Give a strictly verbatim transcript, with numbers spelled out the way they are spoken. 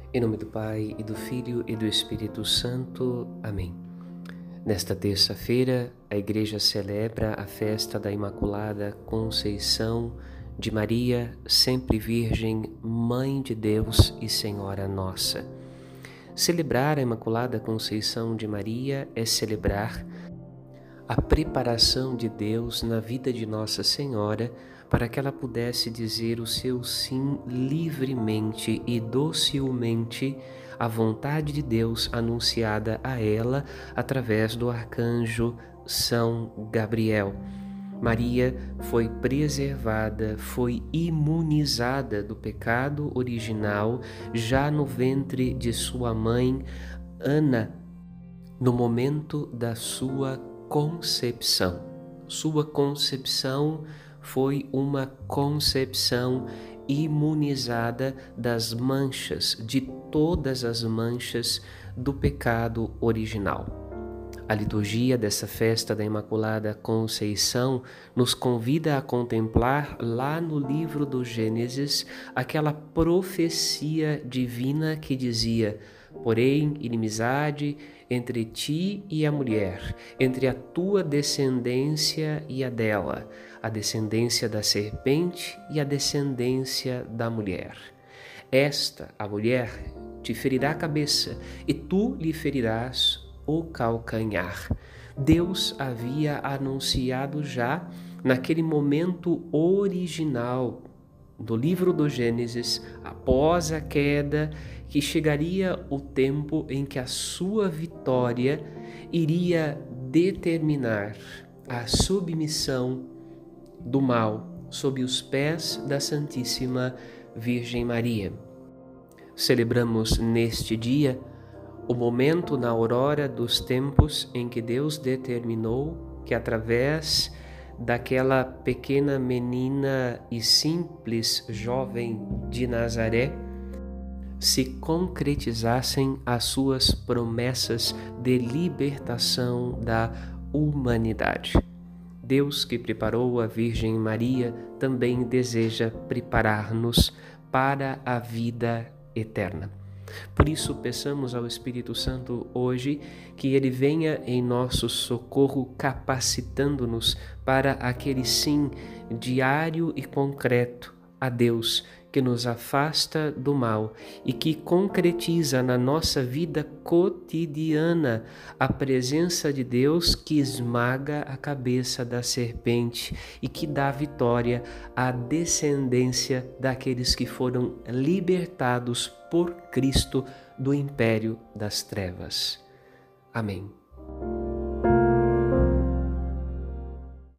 Em nome do Pai, e do Filho, e do Espírito Santo. Amém. Nesta terça-feira, a Igreja celebra a festa da Imaculada Conceição de Maria, sempre Virgem, Mãe de Deus e Senhora Nossa. Celebrar a Imaculada Conceição de Maria é celebrar a preparação de Deus na vida de Nossa Senhora para que ela pudesse dizer o seu sim livremente e docilmente à vontade de Deus anunciada a ela através do arcanjo São Gabriel. Maria foi preservada, foi imunizada do pecado original já no ventre de sua mãe Ana, no momento da sua concepção. Sua concepção foi uma concepção imunizada das manchas, de todas as manchas do pecado original. A liturgia dessa festa da Imaculada Conceição nos convida a contemplar lá no livro do Gênesis aquela profecia divina que dizia: porém, inimizade entre ti e a mulher, entre a tua descendência e a dela, a descendência da serpente e a descendência da mulher. Esta, a mulher, te ferirá a cabeça, e tu lhe ferirás o calcanhar. Deus havia anunciado já, naquele momento original do livro do Gênesis, após a queda, que chegaria o tempo em que a sua vitória iria determinar a submissão do mal sob os pés da Santíssima Virgem Maria. Celebramos neste dia o momento na aurora dos tempos em que Deus determinou que através daquela pequena menina e simples jovem de Nazaré se concretizassem as suas promessas de libertação da humanidade. Deus, que preparou a Virgem Maria, também deseja preparar-nos para a vida eterna. Por isso, peçamos ao Espírito Santo hoje que Ele venha em nosso socorro, capacitando-nos para aquele sim diário e concreto a Deus, que nos afasta do mal e que concretiza na nossa vida cotidiana a presença de Deus, que esmaga a cabeça da serpente e que dá vitória à descendência daqueles que foram libertados por Cristo do império das trevas. Amém.